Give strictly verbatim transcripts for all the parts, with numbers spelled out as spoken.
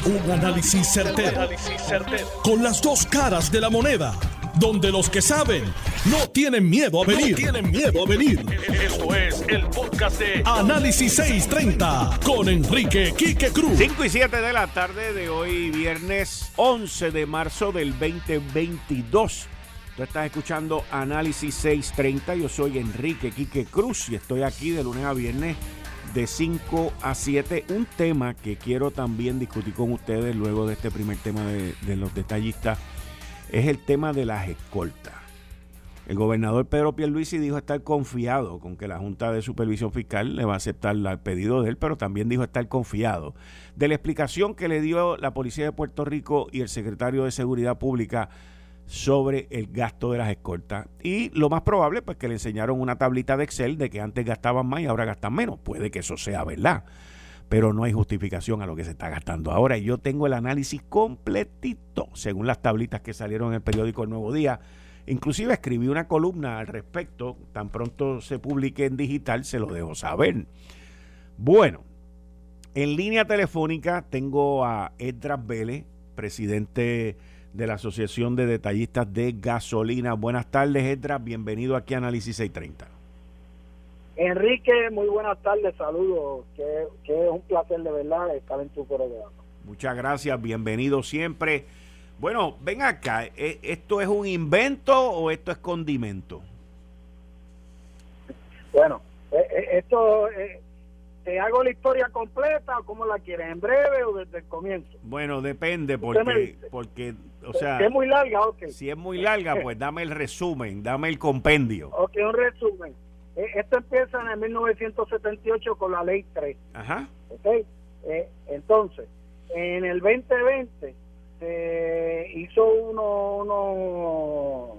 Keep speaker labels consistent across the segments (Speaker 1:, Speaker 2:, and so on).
Speaker 1: Un análisis certero, con las dos caras de la moneda, donde los que saben no tienen miedo a venir. No tienen miedo a venir. Esto es el podcast de Análisis seiscientos treinta con Enrique Quique Cruz.
Speaker 2: cinco y siete de la tarde de hoy, viernes once de marzo del veinte veintidós. Tú estás escuchando Análisis seiscientos treinta. Yo soy Enrique Quique Cruz y estoy aquí de lunes a viernes de cinco a siete. Un tema que quiero también discutir con ustedes luego de este primer tema de, de los detallistas es el tema de las escoltas. El gobernador Pedro Pierluisi dijo estar confiado con que la Junta de Supervisión Fiscal le va a aceptar el pedido de él, pero también dijo estar confiado de la explicación que le dio la Policía de Puerto Rico y el Secretario de Seguridad Pública sobre el gasto de las escoltas. Y lo más probable, pues, que le enseñaron una tablita de Excel de que antes gastaban más y ahora gastan menos. Puede que eso sea verdad, pero no hay justificación a lo que se está gastando ahora. Y yo tengo el análisis completito, según las tablitas que salieron en el periódico El Nuevo Día. Inclusive escribí una columna al respecto. Tan pronto se publique en digital, se lo dejo saber. Bueno, en línea telefónica tengo a Esdras Vélez, presidente de la Asociación de Detallistas de Gasolina. Buenas tardes, Esdras. Bienvenido aquí a Análisis seiscientos treinta.
Speaker 3: Enrique, muy buenas tardes. Saludos. Que, que es un placer de verdad estar en tu programa.
Speaker 2: Muchas gracias. Bienvenido siempre. Bueno, ven acá. ¿Esto es un invento o esto es condimento?
Speaker 3: Bueno, esto... ¿Te hago la historia completa o cómo la quieres? ¿En breve o desde el comienzo?
Speaker 2: Bueno, depende, porque, porque o sea...
Speaker 3: Si es muy larga, ok.
Speaker 2: Si es muy larga, pues dame el resumen, dame el compendio.
Speaker 3: Ok, un resumen. Esto empieza en el mil novecientos setenta y ocho con la Ley tres.
Speaker 2: Ajá.
Speaker 3: Ok. Eh, entonces, en el veinte veinte se hizo uno... uno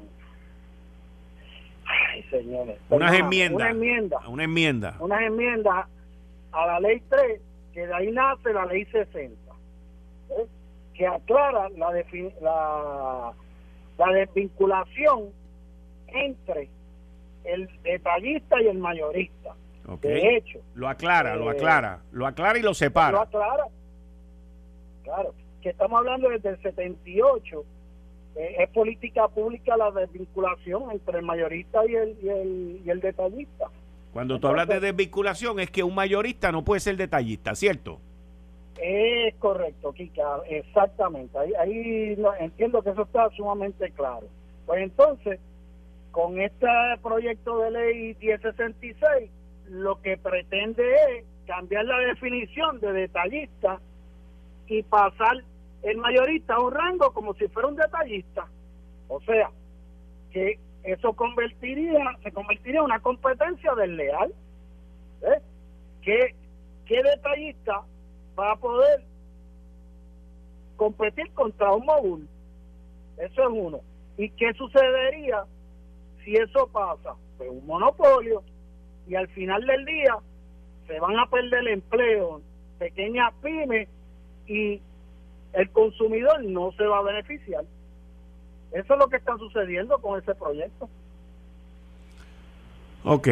Speaker 3: Ay, señores.
Speaker 2: Unas enmiendas.
Speaker 3: Una enmienda.
Speaker 2: Una enmienda.
Speaker 3: Unas enmiendas a la Ley tres, que de ahí nace la Ley sesenta, ¿eh? Que aclara la, defin- la, la desvinculación entre el detallista y el mayorista.
Speaker 2: Okay.
Speaker 3: De hecho,
Speaker 2: lo aclara,
Speaker 3: eh,
Speaker 2: lo aclara, lo aclara y lo separa.
Speaker 3: Lo aclara, claro, que estamos hablando desde el setenta y ocho, eh, es política pública la desvinculación entre el mayorista y el, y el, y el detallista.
Speaker 2: Cuando tú hablas de desvinculación es que un mayorista no puede ser detallista, ¿cierto?
Speaker 3: Es correcto, Kika, exactamente. Ahí, ahí no, entiendo que eso está sumamente claro. Pues entonces, con este proyecto de ley diez sesenta y seis, lo que pretende es cambiar la definición de detallista y pasar el mayorista a un rango como si fuera un detallista. O sea, que eso convertiría, se convertiría en una competencia desleal. ¿Eh? ¿Qué, ¿Qué detallista va a poder competir contra un mogul? Eso es uno. ¿Y qué sucedería si eso pasa? Pues un monopolio, y al final del día se van a perder empleo, pequeñas pymes, y el consumidor no se va a beneficiar. Eso es lo que está sucediendo con ese proyecto.
Speaker 2: Ok.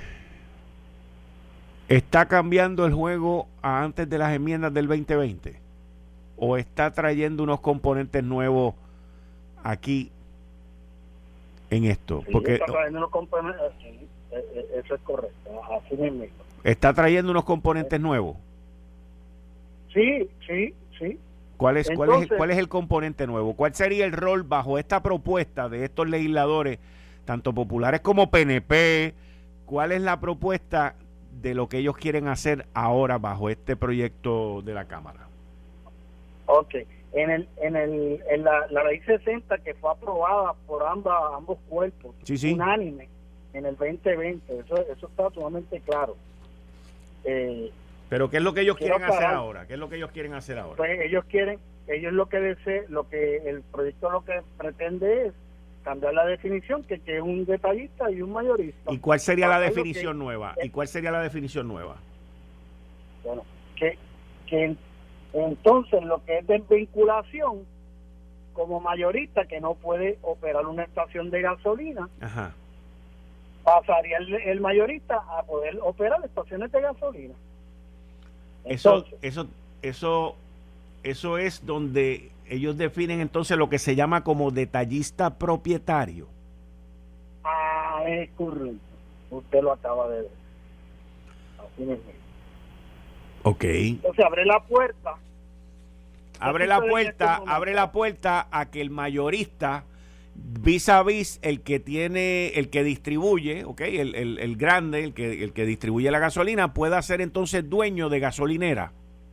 Speaker 2: ¿Está cambiando el juego a antes de las enmiendas del veinte veinte? ¿O está trayendo unos componentes nuevos aquí en esto?
Speaker 3: Sí,
Speaker 2: Porque
Speaker 3: está trayendo unos componentes, sí, eso es correcto, así mismo.
Speaker 2: ¿Está trayendo unos componentes nuevos?
Speaker 3: Sí, sí, sí.
Speaker 2: ¿Cuál es,
Speaker 3: Entonces,
Speaker 2: cuál es, cuál es el componente nuevo? ¿Cuál sería el rol bajo esta propuesta de estos legisladores, tanto populares como P N P? ¿Cuál es la propuesta de lo que ellos quieren hacer ahora bajo este proyecto de la Cámara?
Speaker 3: Ok, en el en el en la, la ley sesenta, que fue aprobada por ambas ambos cuerpos,
Speaker 2: sí, sí.
Speaker 3: unánime en el veinte veinte, eso eso está sumamente claro. Eh,
Speaker 2: Pero ¿qué es lo que ellos quieren hacer
Speaker 3: parar.
Speaker 2: ahora? ¿Qué es lo que ellos quieren hacer ahora?
Speaker 3: Pues ellos quieren, ellos lo que desee, lo que el proyecto lo que pretende es cambiar la definición, que, que es un detallista y un mayorista.
Speaker 2: ¿Y cuál sería la
Speaker 3: Hacer lo
Speaker 2: definición
Speaker 3: que-
Speaker 2: nueva? ¿Y cuál sería la definición nueva?
Speaker 3: Bueno, que, que entonces lo que es desvinculación, como mayorista que no puede operar una estación de gasolina,
Speaker 2: Ajá.
Speaker 3: pasaría el, el mayorista a poder operar estaciones de gasolina.
Speaker 2: Eso,
Speaker 3: Entonces,
Speaker 2: eso, eso eso es donde ellos definen entonces lo que se llama como detallista propietario.
Speaker 3: Ah, es correcto. Usted lo acaba de ver. Así mismo.
Speaker 2: Ok.
Speaker 3: Entonces abre la puerta.
Speaker 2: Abre la puerta, abre la puerta a que el mayorista vis a vis el que tiene, el que distribuye, ok, el, el, el grande, el que, el que distribuye la gasolina, pueda ser entonces dueño de gasolinera.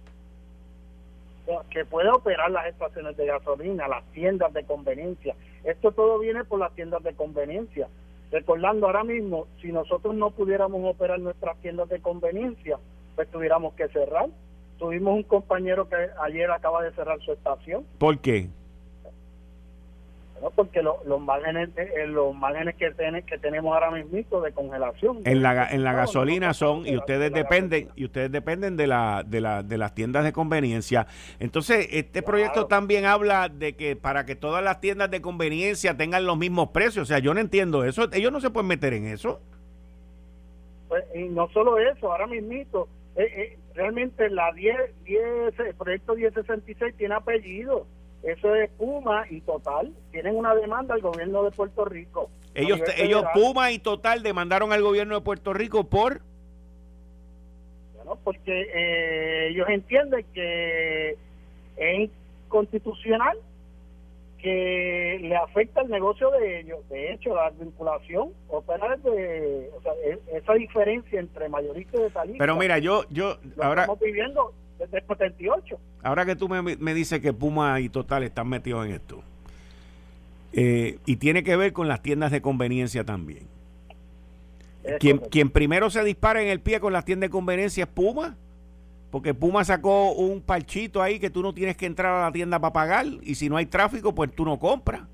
Speaker 3: Que puede operar las estaciones de gasolina, las tiendas de conveniencia. Esto todo viene por las tiendas de conveniencia. Recordando ahora mismo, si nosotros no pudiéramos operar nuestras tiendas de conveniencia, pues tuviéramos que cerrar. Tuvimos un compañero que ayer acaba de cerrar su estación.
Speaker 2: ¿Por qué?
Speaker 3: ¿No? Porque lo, los márgenes eh, los márgenes que, ten, que tenemos ahora mismo de congelación
Speaker 2: en la en la gasolina son y ustedes dependen y ustedes dependen de la de la de las tiendas de conveniencia. Entonces este proyecto también habla de que para que todas las tiendas de conveniencia tengan los mismos precios. O sea, yo no entiendo eso. Ellos no se pueden meter en eso.
Speaker 3: Pues, y no solo eso, ahora mismo eh, eh, realmente la diez, diez, el proyecto diez sesenta y seis tiene apellido. Eso es Puma y Total. Tienen una demanda al gobierno de Puerto Rico.
Speaker 2: Ellos, ellos Puma y Total demandaron al gobierno de Puerto Rico por...
Speaker 3: Bueno, porque eh, ellos entienden que es inconstitucional, que le afecta el negocio de ellos. De hecho, la vinculación opera de... O sea, es, esa diferencia entre mayorista y detalista.
Speaker 2: Pero mira, yo... yo
Speaker 3: lo
Speaker 2: ahora
Speaker 3: estamos viviendo desde el setenta y ocho.
Speaker 2: Ahora que tú me, me dices que Puma y Total están metidos en esto, eh, y tiene que ver con las tiendas de conveniencia también. Quien, quien primero se dispara en el pie con las tiendas de conveniencia es Puma, porque Puma sacó un parchito ahí que tú no tienes que entrar a la tienda para pagar, y si no hay tráfico, pues tú no compras.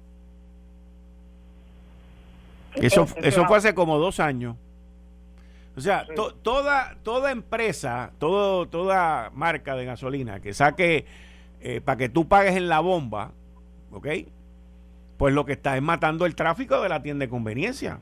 Speaker 2: Eso, eso fue hace como dos años. O sea, sí. to, toda toda empresa, todo, toda marca de gasolina que saque eh, para que tú pagues en la bomba, ¿ok? Pues lo que está es matando el tráfico de la tienda de conveniencia.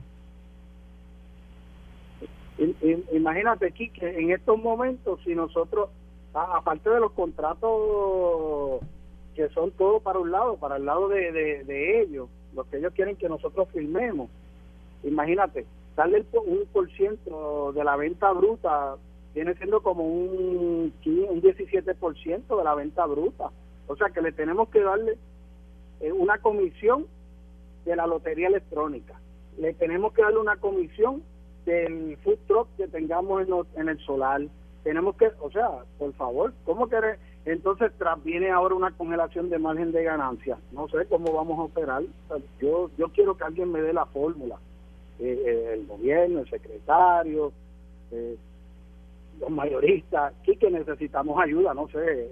Speaker 3: Imagínate, aquí que en estos momentos, si nosotros, aparte de los contratos que son todos para un lado, para el lado de, de, de ellos, los que ellos quieren que nosotros firmemos, imagínate, darle el, un por ciento de la venta bruta viene siendo como un, un diecisiete por ciento de la venta bruta. O sea que le tenemos que darle eh, una comisión de la lotería electrónica. Le tenemos que darle una comisión del food truck que tengamos en, lo, en el solar. Tenemos que, o sea, por favor, ¿cómo que entonces tras viene ahora una congelación de margen de ganancia? No sé cómo vamos a operar. Yo, yo quiero que alguien me dé la fórmula. Eh, eh, el gobierno, el secretario, eh, los mayoristas, aquí que necesitamos ayuda, no sé.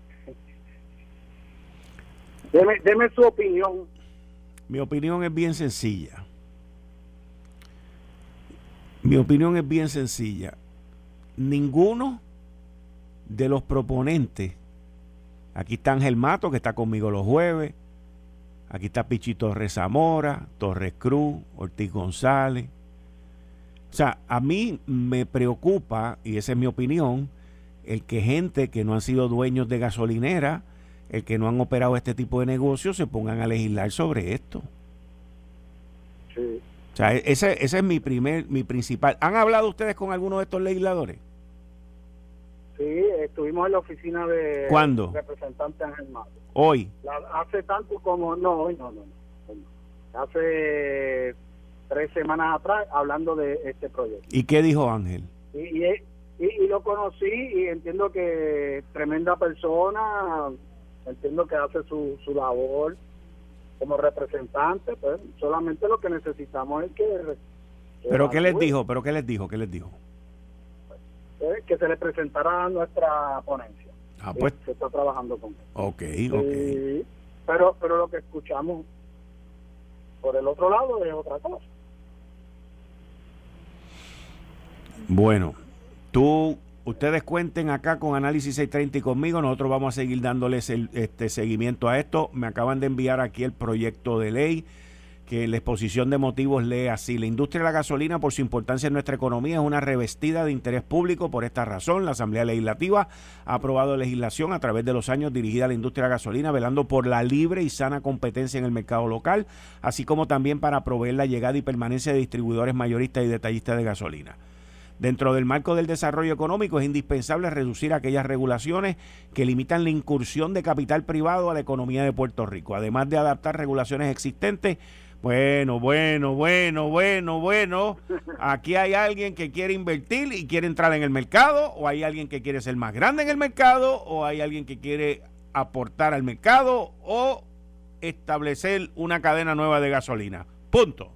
Speaker 3: Deme, deme su opinión.
Speaker 2: Mi opinión es bien sencilla. Mi opinión es bien sencilla. Ninguno de los proponentes, aquí está Ángel Mato, que está conmigo los jueves, aquí está Pichito Torres Zamora, Torres Cruz, Ortiz González. O sea, a mí me preocupa, y esa es mi opinión, el que gente que no han sido dueños de gasolinera, el que no han operado este tipo de negocios, se pongan a legislar sobre esto.
Speaker 3: Sí.
Speaker 2: O sea, ese, ese es mi primer, mi principal. ¿Han hablado ustedes con alguno de estos legisladores?
Speaker 3: Sí, estuvimos en la oficina de
Speaker 2: ¿Cuándo?
Speaker 3: representante Ángel Mato.
Speaker 2: Hoy.
Speaker 3: La, hace tanto como, no, hoy no, no, no. Hace tres semanas atrás hablando de este proyecto.
Speaker 2: ¿Y qué dijo Ángel?
Speaker 3: Y, y, y, y lo conocí y entiendo que tremenda persona, entiendo que hace su, su labor como representante, pues solamente lo que necesitamos es que... que
Speaker 2: ¿Pero qué les dijo? ¿Pero qué les dijo? ¿Qué les dijo?
Speaker 3: Pues, que se le presentara nuestra ponencia.
Speaker 2: Ah, pues...
Speaker 3: Se está trabajando con él.
Speaker 2: Ok,
Speaker 3: sí,
Speaker 2: ok.
Speaker 3: Pero, pero lo que escuchamos por el otro lado es otra cosa.
Speaker 2: Bueno, tú... Ustedes cuenten acá con Análisis seiscientos treinta y conmigo. Nosotros vamos a seguir dándoles el, este seguimiento a esto. Me acaban de enviar aquí el proyecto de ley que en la exposición de motivos lee así: la industria de la gasolina, por su importancia en nuestra economía, es una revestida de interés público. Por esta razón, la Asamblea Legislativa ha aprobado legislación a través de los años dirigida a la industria de la gasolina, velando por la libre y sana competencia en el mercado local, así como también para proveer la llegada y permanencia de distribuidores mayoristas y detallistas de gasolina. Dentro del marco del desarrollo económico es indispensable reducir aquellas regulaciones que limitan la incursión de capital privado a la economía de Puerto Rico, además de adaptar regulaciones existentes. Bueno, bueno, bueno, bueno, bueno. Aquí hay alguien que quiere invertir y quiere entrar en el mercado, o hay alguien que quiere ser más grande en el mercado, o hay alguien que quiere aportar al mercado o establecer una cadena nueva de gasolina. Punto.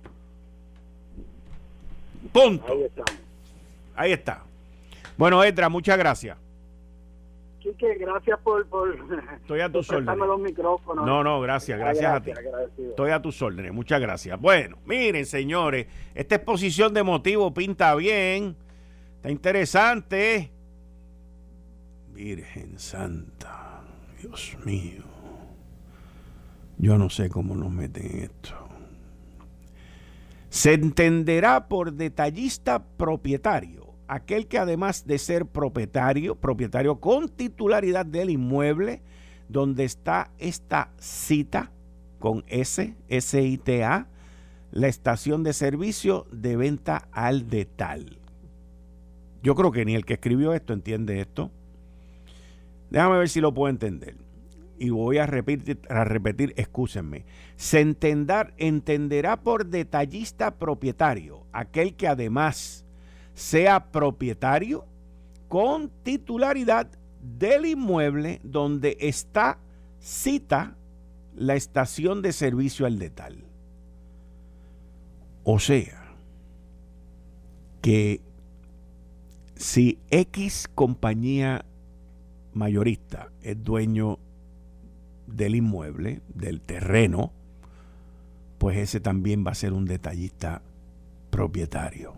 Speaker 2: Punto.
Speaker 3: Ahí está.
Speaker 2: Ahí está. Bueno, Edra, muchas gracias.
Speaker 3: Quique, gracias por, por,
Speaker 2: Estoy a tus
Speaker 3: por prestarme
Speaker 2: órdenes.
Speaker 3: los micrófonos.
Speaker 2: No, no, gracias, gracias,
Speaker 3: gracias
Speaker 2: a ti.
Speaker 3: agradecido.
Speaker 2: Estoy a tus órdenes, muchas gracias. Bueno, miren, señores, esta exposición de motivos pinta bien, está interesante. Virgen Santa, Dios mío, yo no sé cómo nos meten en esto. Se entenderá por detallista propietario aquel que, además de ser propietario, propietario con titularidad del inmueble donde está esta cita con S, S I T A, la estación de servicio de venta al detal. Yo creo que ni el que escribió esto entiende esto. Déjame ver si lo puedo entender. Y voy a repetir, a repetir, excúsenme. Se entender, entenderá por detallista propietario aquel que, además sea propietario con titularidad del inmueble donde está cita la estación de servicio al detal. O sea, que si X compañía mayorista es dueño del inmueble, del terreno, pues ese también va a ser un detallista propietario.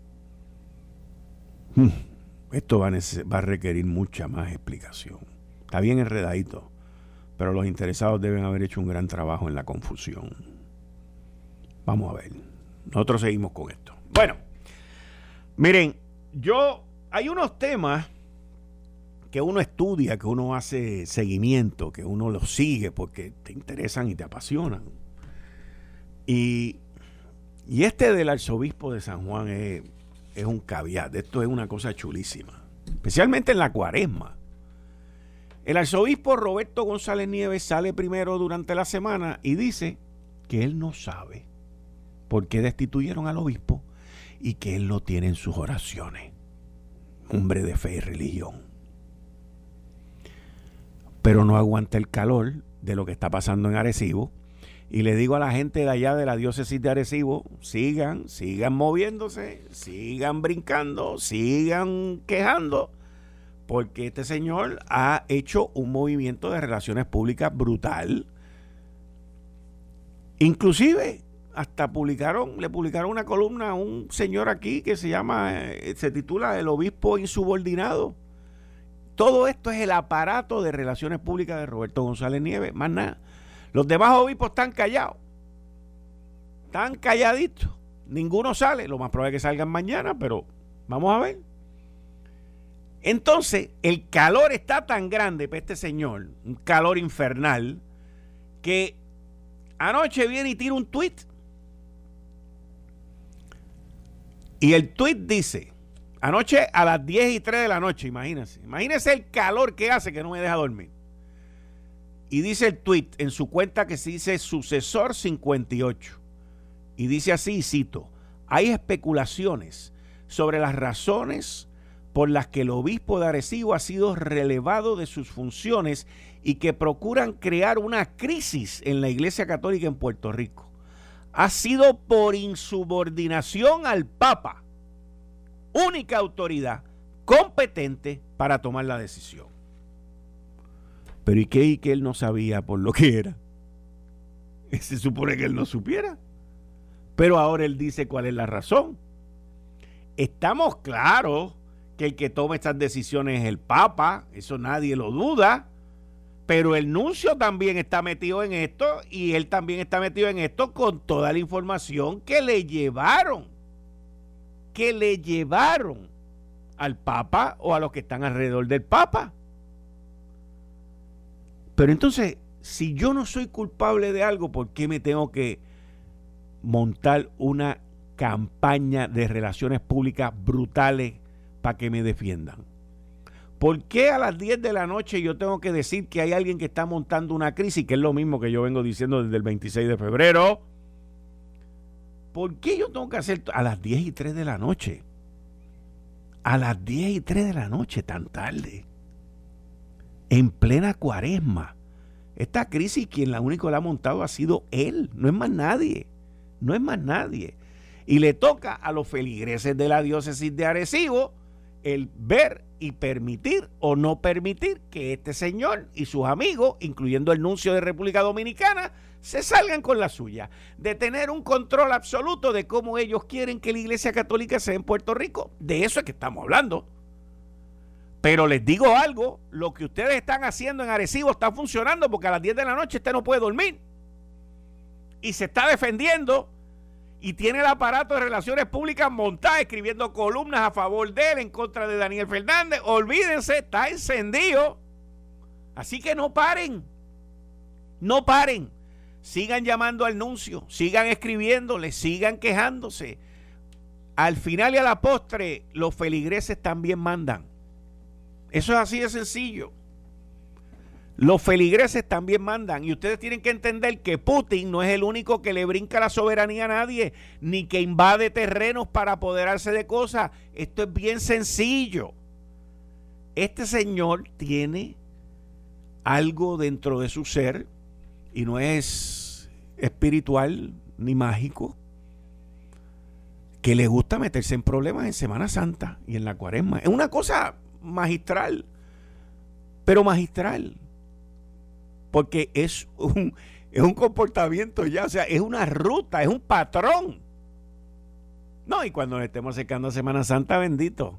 Speaker 2: Hmm. Esto va a, va a requerir mucha más explicación. Está bien enredadito, pero los interesados deben haber hecho un gran trabajo en la confusión. Vamos a ver. Nosotros seguimos con esto. Bueno, miren, yo hay unos temas que uno estudia, que uno hace seguimiento, que uno los sigue porque te interesan y te apasionan. Y, y este del arzobispo de San Juan es, es un caveat. Esto es una cosa chulísima, especialmente en la cuaresma. El arzobispo Roberto González Nieves sale primero durante la semana y dice que él no sabe por qué destituyeron al obispo y que él lo tiene en sus oraciones. Hombre de fe y religión. Pero no aguanta el calor de lo que está pasando en Arecibo. Y le digo a la gente de allá de la diócesis de Arecibo, sigan, sigan moviéndose, sigan brincando, sigan quejando, porque este señor ha hecho un movimiento de relaciones públicas brutal. Inclusive, hasta publicaron, le publicaron una columna a un señor aquí que se llama, se titula El Obispo Insubordinado. Todo esto es el aparato de relaciones públicas de Roberto González Nieves, más nada. Los demás obispos están callados, están calladitos, ninguno sale, lo más probable es que salgan mañana, pero vamos a ver. Entonces, el calor está tan grande para este señor, un calor infernal, que anoche viene y tira un tuit. Y el tuit dice, anoche a las diez y tres de la noche, imagínense. Imagínense el calor que hace que no me deja dormir. Y dice el tuit en su cuenta que se dice Sucesor cincuenta y ocho. Y dice así, y cito, hay especulaciones sobre las razones por las que el obispo de Arecibo ha sido relevado de sus funciones y que procuran crear una crisis en la Iglesia Católica en Puerto Rico. Ha sido por insubordinación al Papa, única autoridad competente para tomar la decisión. Pero ¿y qué? ¿Y que él no sabía por lo que era? Se supone que él no supiera. Pero ahora él dice cuál es la razón. Estamos claros que el que toma estas decisiones es el Papa, eso nadie lo duda. Pero el nuncio también está metido en esto y él también está metido en esto con toda la información que le llevaron, que le llevaron al Papa o a los que están alrededor del Papa. Pero entonces, si yo no soy culpable de algo, ¿por qué me tengo que montar una campaña de relaciones públicas brutales para que me defiendan? ¿Por qué a las diez de la noche yo tengo que decir que hay alguien que está montando una crisis, que es lo mismo que yo vengo diciendo desde el veintiséis de febrero? ¿Por qué yo tengo que hacer a las diez y tres de la noche? A las diez y tres de la noche, tan tarde. En plena cuaresma. Esta crisis, quien la único la ha montado ha sido él, no es más nadie. No es más nadie. Y le toca a los feligreses de la diócesis de Arecibo el ver y permitir o no permitir que este señor y sus amigos, incluyendo el nuncio de República Dominicana, se salgan con la suya, de tener un control absoluto de cómo ellos quieren que la Iglesia Católica sea en Puerto Rico. De eso es que estamos hablando. Pero les digo algo, lo que ustedes están haciendo en Arecibo está funcionando, porque a las diez de la noche usted no puede dormir. Y se está defendiendo y tiene el aparato de relaciones públicas montado, escribiendo columnas a favor de él, en contra de Daniel Fernández. Olvídense, está encendido. Así que no paren. No paren. Sigan llamando al nuncio, sigan escribiéndole, sigan quejándose. Al final y a la postre, los feligreses también mandan. Eso es así de sencillo. Los feligreses también mandan, y ustedes tienen que entender que Putin no es el único que le brinca la soberanía a nadie, ni que invade terrenos para apoderarse de cosas. Esto es bien sencillo. Este señor tiene algo dentro de su ser, y no es espiritual ni mágico, que le gusta meterse en problemas en Semana Santa y en la Cuaresma. Es una cosa magistral, pero magistral. Porque es un, es un comportamiento ya, o sea, es una ruta, es un patrón. No, y cuando nos estemos acercando a Semana Santa, bendito.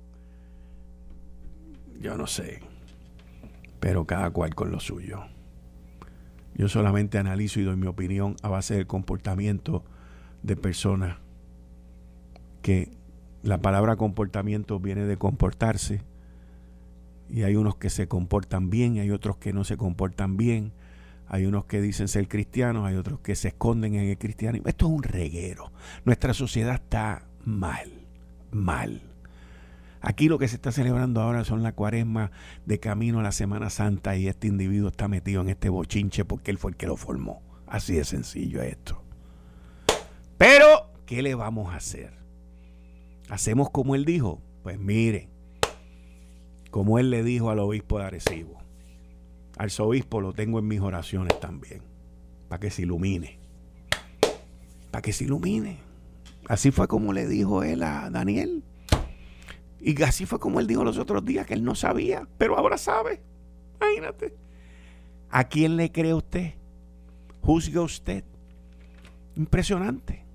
Speaker 2: Yo no sé. Pero cada cual con lo suyo. Yo solamente analizo y doy mi opinión a base del comportamiento de personas que la palabra comportamiento viene de comportarse. Y hay unos que se comportan bien y hay otros que no se comportan bien. Hay unos que dicen ser cristianos, hay otros que se esconden en el cristianismo. Esto es un reguero. Nuestra sociedad está mal, mal. Aquí lo que se está celebrando ahora son la Cuaresma de camino a la Semana Santa, y este individuo está metido en este bochinche porque él fue el que lo formó. Así de sencillo es esto. Pero, ¿qué le vamos a hacer? ¿Hacemos como él dijo? Pues mire, como él le dijo al obispo de Arecibo. Arzobispo, lo tengo en mis oraciones también, para que se ilumine, para que se ilumine. Así fue como le dijo él a Daniel, y así fue como él dijo los otros días, que él no sabía, pero ahora sabe. Imagínate. ¿A quién le cree usted? Juzgue usted. Impresionante.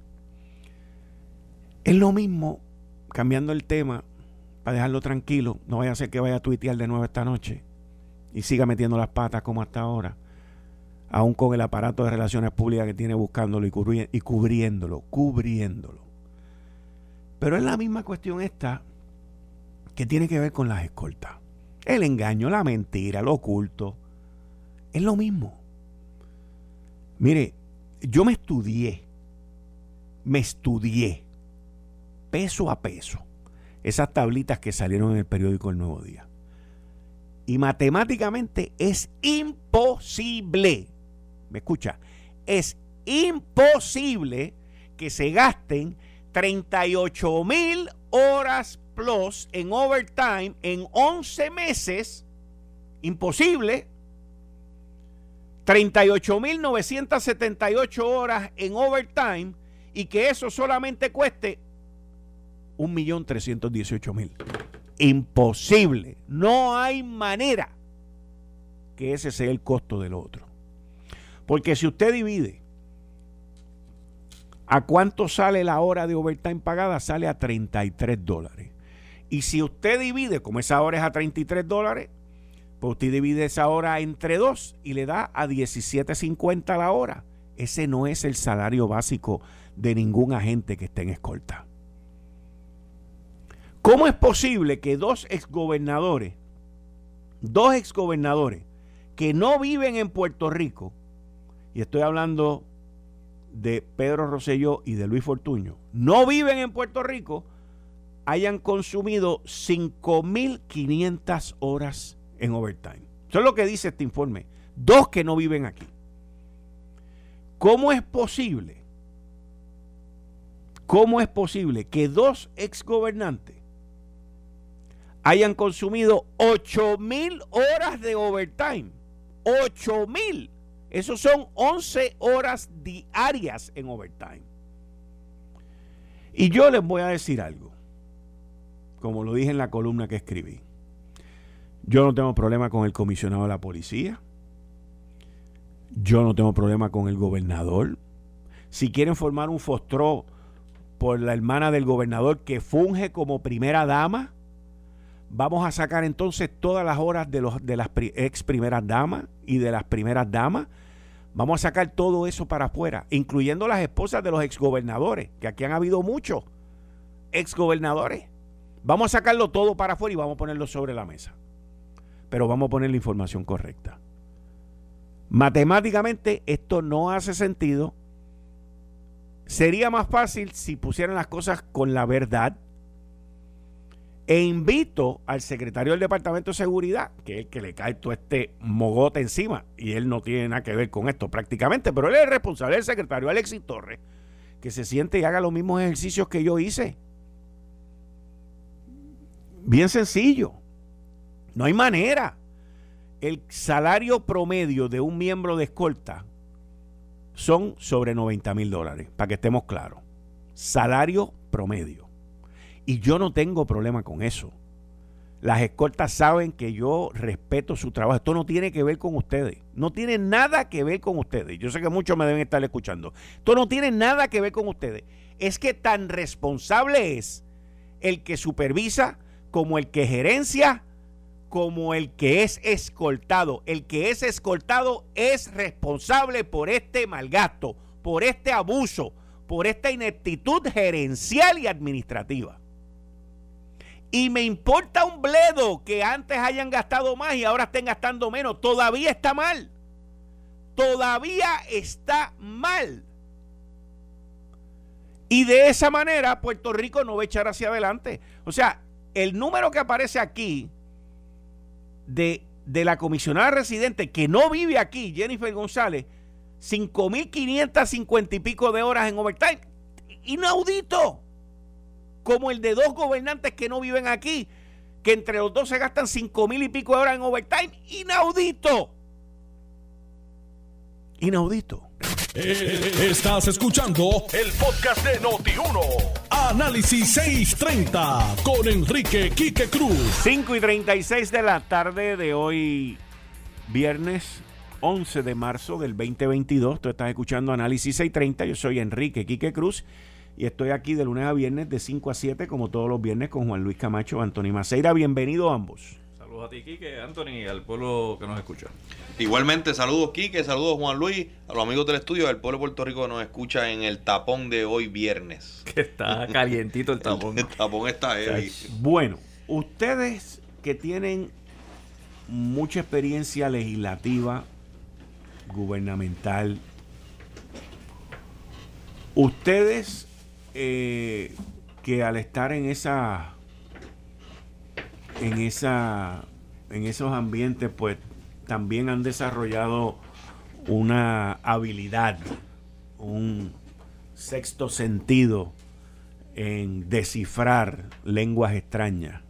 Speaker 2: Es lo mismo, cambiando el tema, para dejarlo tranquilo, no vaya a ser que vaya a tuitear de nuevo esta noche y siga metiendo las patas como hasta ahora, aún con el aparato de relaciones públicas que tiene buscándolo y, cubri- y cubriéndolo, cubriéndolo. Pero es la misma cuestión esta que tiene que ver con las escoltas. El engaño, la mentira, lo oculto, es lo mismo. Mire, yo me estudié, me estudié, peso a peso, esas tablitas que salieron en el periódico El Nuevo Día. Y matemáticamente es imposible, ¿me escucha? Es imposible que se gasten treinta y ocho mil horas plus en overtime en once meses. Imposible. treinta y ocho mil novecientas setenta y ocho horas en overtime, y que eso solamente cueste un millón trescientos dieciocho mil. Imposible. No hay manera que ese sea el costo del otro. Porque si usted divide a cuánto sale la hora de overtime pagada, sale a treinta y tres dólares. Y si usted divide, como esa hora es a treinta y tres dólares, Pues usted divide esa hora entre dos y le da a diecisiete cincuenta la hora. Ese no es el salario básico de ningún agente que esté en escolta. ¿Cómo es posible que dos exgobernadores, dos exgobernadores que no viven en Puerto Rico, y estoy hablando de Pedro Rosselló y de Luis Fortuño, no viven en Puerto Rico, hayan consumido cinco mil quinientas horas en overtime? Eso es lo que dice este informe. Dos que no viven aquí. ¿Cómo es posible? ¿Cómo es posible que dos exgobernantes hayan consumido ocho mil horas de overtime? ocho mil. Esos son once horas diarias en overtime. Y yo les voy a decir algo, como lo dije en la columna que escribí. Yo no tengo problema con el comisionado de la policía. Yo no tengo problema con el gobernador. Si quieren formar un fostró por la hermana del gobernador que funge como primera dama, vamos a sacar entonces todas las horas de, los, de las ex primeras damas y de las primeras damas. Vamos a sacar todo eso para afuera, incluyendo las esposas de los exgobernadores, que aquí han habido muchos exgobernadores. Vamos a sacarlo todo para afuera y vamos a ponerlo sobre la mesa. Pero vamos a poner la información correcta. Matemáticamente esto no hace sentido. Sería más fácil si pusieran las cosas con la verdad. E invito al secretario del Departamento de Seguridad, que es el que le cae todo este mogote encima, y él no tiene nada que ver con esto prácticamente, pero él es el responsable, el secretario Alexis Torres, que se siente y haga los mismos ejercicios que yo hice. Bien sencillo. No hay manera. El salario promedio de un miembro de escolta son sobre noventa mil dólares, para que estemos claros. Salario promedio. Y yo no tengo problema con eso. Las escoltas saben que yo respeto su trabajo. Esto no tiene que ver con ustedes. No tiene nada que ver con ustedes. Yo sé que muchos me deben estar escuchando. Esto no tiene nada que ver con ustedes. Es que tan responsable es el que supervisa como el que gerencia, como el que es escoltado. El que es escoltado es responsable por este malgasto, por este abuso, por esta ineptitud gerencial y administrativa. Y me importa un bledo que antes hayan gastado más y ahora estén gastando menos. Todavía está mal. Todavía está mal. Y de esa manera Puerto Rico no va a echar hacia adelante. O sea, el número que aparece aquí de, de la comisionada residente que no vive aquí, Jennifer González, cinco mil quinientas cincuenta y pico de horas en overtime, inaudito. Como el de dos gobernantes que no viven aquí, que entre los dos se gastan cinco mil y pico de horas en overtime, inaudito. Inaudito.
Speaker 1: Estás escuchando el podcast de Noti uno. Análisis seiscientos treinta con Enrique Quique Cruz.
Speaker 2: cinco y treinta y seis de la tarde de hoy, viernes once de marzo del veinte veintidós. Tú estás escuchando Análisis seiscientos treinta. Yo soy Enrique Quique Cruz y estoy aquí de lunes a viernes de cinco a siete, como todos los viernes, con Juan Luis Camacho, Anthony Maceira. Bienvenidos ambos.
Speaker 4: Saludos a ti, Quique, Anthony, y al pueblo que nos escucha.
Speaker 5: Igualmente, saludos, Quique, saludos, Juan Luis, a los amigos del estudio, al pueblo de Puerto Rico que nos escucha en el tapón de hoy viernes.
Speaker 4: Que está calientito el tapón.
Speaker 5: El, el tapón está heavy.
Speaker 2: Bueno, ustedes que tienen mucha experiencia legislativa, gubernamental, ustedes eh, que al estar en esa en esa en esos ambientes, pues también han desarrollado una habilidad, un sexto sentido en descifrar lenguas extrañas.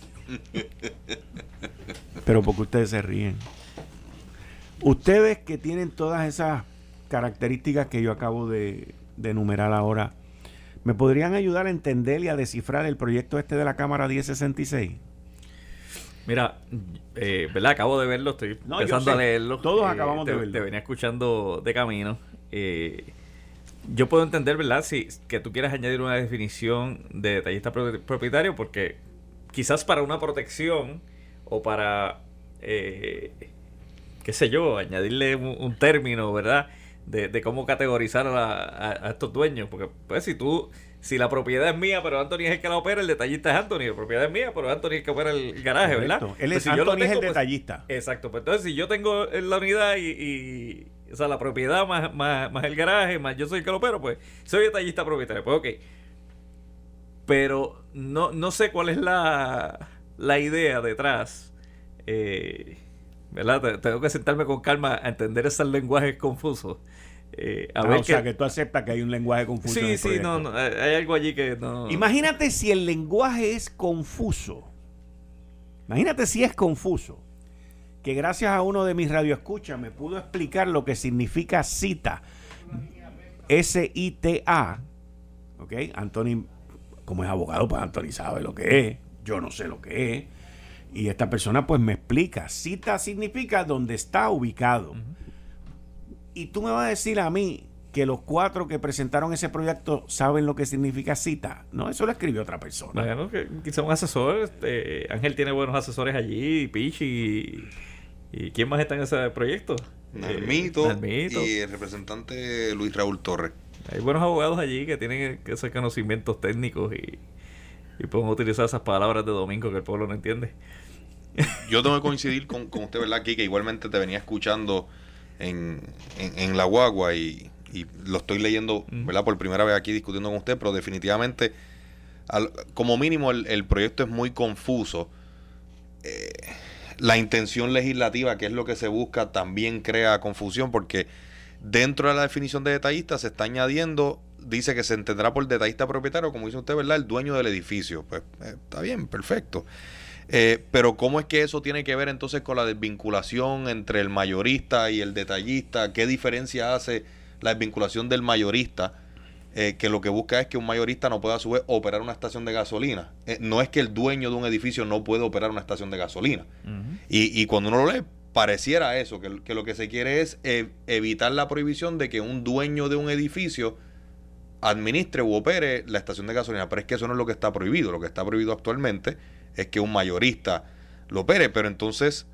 Speaker 2: Pero porque ustedes se ríen. Ustedes que tienen todas esas características que yo acabo de, de enumerar ahora, ¿me podrían ayudar a entender y a descifrar el proyecto este de la Cámara diez sesenta y seis?
Speaker 4: Mira, eh, ¿verdad? Acabo de verlo, estoy
Speaker 2: no,
Speaker 4: empezando a leerlo.
Speaker 2: Todos
Speaker 4: eh,
Speaker 2: acabamos
Speaker 4: te,
Speaker 2: de verlo.
Speaker 4: Te venía escuchando de camino. Eh, yo puedo entender, ¿verdad? Si que tú quieras añadir una definición de detallista propietario, porque quizás para una protección o para eh, qué sé yo, añadirle un, un término, ¿verdad? De, de cómo categorizar a, la, a, a estos dueños. Porque, pues, si tú, si la propiedad es mía, pero Anthony es el que la opera, el detallista es Anthony. La propiedad es mía, pero Anthony es el que opera el garaje, ¿verdad?
Speaker 2: Él es,
Speaker 4: pues, si
Speaker 2: Anthony
Speaker 4: yo lo tengo,
Speaker 2: es el
Speaker 4: pues,
Speaker 2: detallista.
Speaker 4: Exacto. Pues entonces, si yo tengo la unidad y, y o sea, la propiedad más, más, más el garaje, más yo soy el que lo opero, pues soy detallista propietario. Pues, ok. Pero no, no sé cuál es la, la idea detrás. Eh, ¿verdad? Tengo que sentarme con calma a entender esos lenguajes confusos. Eh, a
Speaker 2: ah,
Speaker 4: ver
Speaker 2: o
Speaker 4: que,
Speaker 2: sea, que tú aceptas que hay un lenguaje confuso.
Speaker 4: Sí,
Speaker 2: en el
Speaker 4: sí, no, no, hay algo allí que no.
Speaker 2: Imagínate si el lenguaje es confuso. Imagínate si es confuso. Que gracias a uno de mis radioescuchas me pudo explicar lo que significa cita. S I T A. ¿Ok? Anthony, como es abogado, pues Anthony sabe lo que es. Yo no sé lo que es. Y esta persona pues me explica. Cita significa donde está ubicado. Uh-huh. Y tú me vas a decir a mí que los cuatro que presentaron ese proyecto saben lo que significa cita. No, eso lo escribió otra persona.
Speaker 4: Bueno, que quizá un asesor. Este, Ángel tiene buenos asesores allí, Pich y... ¿Y quién más está en ese proyecto?
Speaker 5: Nalmito,
Speaker 4: eh, Nalmito
Speaker 5: y el representante Luis Raúl Torres.
Speaker 4: Hay buenos abogados allí que tienen esos conocimientos técnicos y, y pueden utilizar esas palabras de domingo que el pueblo no entiende.
Speaker 5: Yo tengo que coincidir con, con usted, ¿verdad? Aquí que igualmente te venía escuchando en, en, en la guagua y, y lo estoy leyendo, ¿verdad? Por primera vez aquí discutiendo con usted, pero definitivamente, al, como mínimo, el, el proyecto es muy confuso. Eh, la intención legislativa, que es lo que se busca, también crea confusión porque dentro de la definición de detallista se está añadiendo, dice que se entenderá por detallista propietario, como dice usted, ¿verdad? El dueño del edificio. Pues eh, está bien, perfecto. Eh, pero ¿cómo es que eso tiene que ver entonces con la desvinculación entre el mayorista y el detallista? ¿Qué diferencia hace la desvinculación del mayorista? Eh, que lo que busca es que un mayorista no pueda a su vez operar una estación de gasolina. Eh, no es que el dueño de un edificio no puede operar una estación de gasolina. Uh-huh. Y, y cuando uno lo lee, pareciera eso, que, que lo que se quiere es eh, evitar la prohibición de que un dueño de un edificio administre u opere la estación de gasolina. Pero es que eso no es lo que está prohibido. Lo que está prohibido actualmente es que un mayorista lo opere. Pero entonces,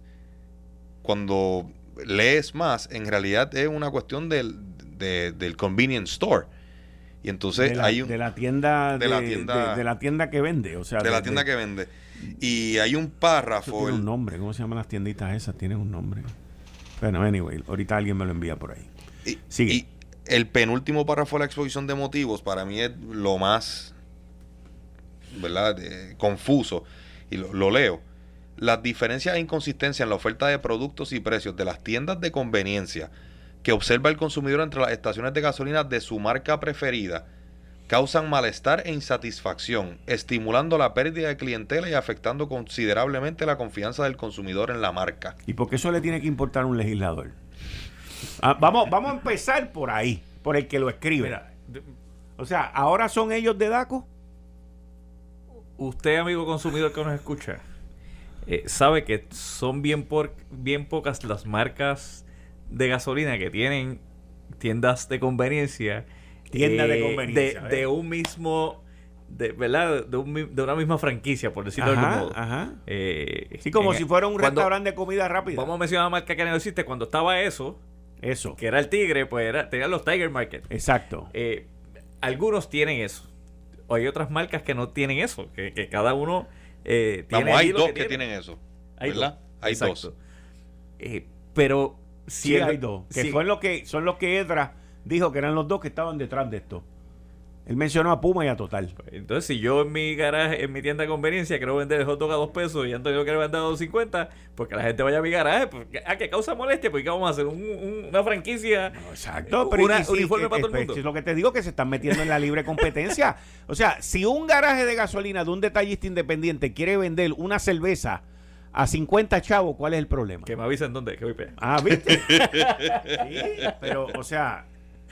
Speaker 5: cuando lees más, en realidad es una cuestión del, de, del convenience store. Y entonces
Speaker 2: de la,
Speaker 5: hay un,
Speaker 2: de la tienda de,
Speaker 5: de la tienda
Speaker 2: de, de la tienda que vende, o sea,
Speaker 5: de,
Speaker 2: de
Speaker 5: la tienda
Speaker 2: de,
Speaker 5: que vende. Y hay un párrafo.
Speaker 2: Tiene un nombre, ¿cómo se llaman las tienditas esas? Tienen un nombre. Bueno, anyway, ahorita alguien me lo envía por ahí.
Speaker 5: Y,
Speaker 2: Sigue.
Speaker 5: Y el penúltimo párrafo de la exposición de motivos para mí es lo más, ¿verdad?, eh, confuso, y lo, lo leo. Las diferencias e inconsistencias en la oferta de productos y precios de las tiendas de conveniencia que observa el consumidor entre las estaciones de gasolina de su marca preferida causan malestar e insatisfacción, estimulando la pérdida de clientela y afectando considerablemente la confianza del consumidor en la marca.
Speaker 2: ¿Y por qué eso le tiene que importar a un legislador? Ah, vamos, vamos a empezar por ahí, por el que lo escribe. Mira, o sea, ¿ahora son ellos de DACO?
Speaker 4: Usted, amigo consumidor que nos escucha, eh, sabe que son bien, por, bien pocas las marcas de gasolina que tienen tiendas de conveniencia,
Speaker 2: tiendas eh, de
Speaker 4: de,
Speaker 2: conveniencia
Speaker 4: de un mismo de verdad de, un, de una misma franquicia, por decirlo ajá, de algún modo.
Speaker 2: Ajá.
Speaker 4: Eh,
Speaker 2: sí, como si fuera un cuando, restaurante de comida rápida.
Speaker 4: Vamos a mencionar una marca que no existe. Cuando estaba eso,
Speaker 2: eso
Speaker 4: que era el Tigre, pues era, tenían los Tiger Market.
Speaker 2: Exacto.
Speaker 4: Eh, algunos tienen eso. O hay otras marcas que no tienen eso, que, que cada uno eh, tiene.
Speaker 5: Vamos, hay dos que,
Speaker 4: que
Speaker 5: tiene. tienen eso,
Speaker 4: hay
Speaker 5: ¿verdad?
Speaker 4: Dos.
Speaker 5: Hay
Speaker 4: Exacto.
Speaker 5: dos.
Speaker 4: Eh, pero
Speaker 2: sí, sí hay dos. Que sí. son los que son los que Edra dijo que eran los dos que estaban detrás de esto. Él mencionó a Puma y a Total.
Speaker 4: Entonces, si yo en mi garaje, en mi tienda de conveniencia, quiero vender el hot dog a dos pesos y Antonio quiere vender a dos cincuenta, porque la gente vaya a mi garaje, porque, ¿a qué causa molestia? Porque vamos a hacer un, un, una franquicia.
Speaker 2: No, exacto, pero
Speaker 4: una,
Speaker 2: sí,
Speaker 4: uniforme
Speaker 2: que,
Speaker 4: para
Speaker 2: que,
Speaker 4: todo el mundo.
Speaker 2: Es lo que te digo, que se están metiendo en la libre competencia. O sea, si un garaje de gasolina de un detallista independiente quiere vender una cerveza a cincuenta chavos, ¿cuál es el problema?
Speaker 4: Que me avisen dónde, que voy a
Speaker 2: Ah, ¿viste? Sí, pero, o sea,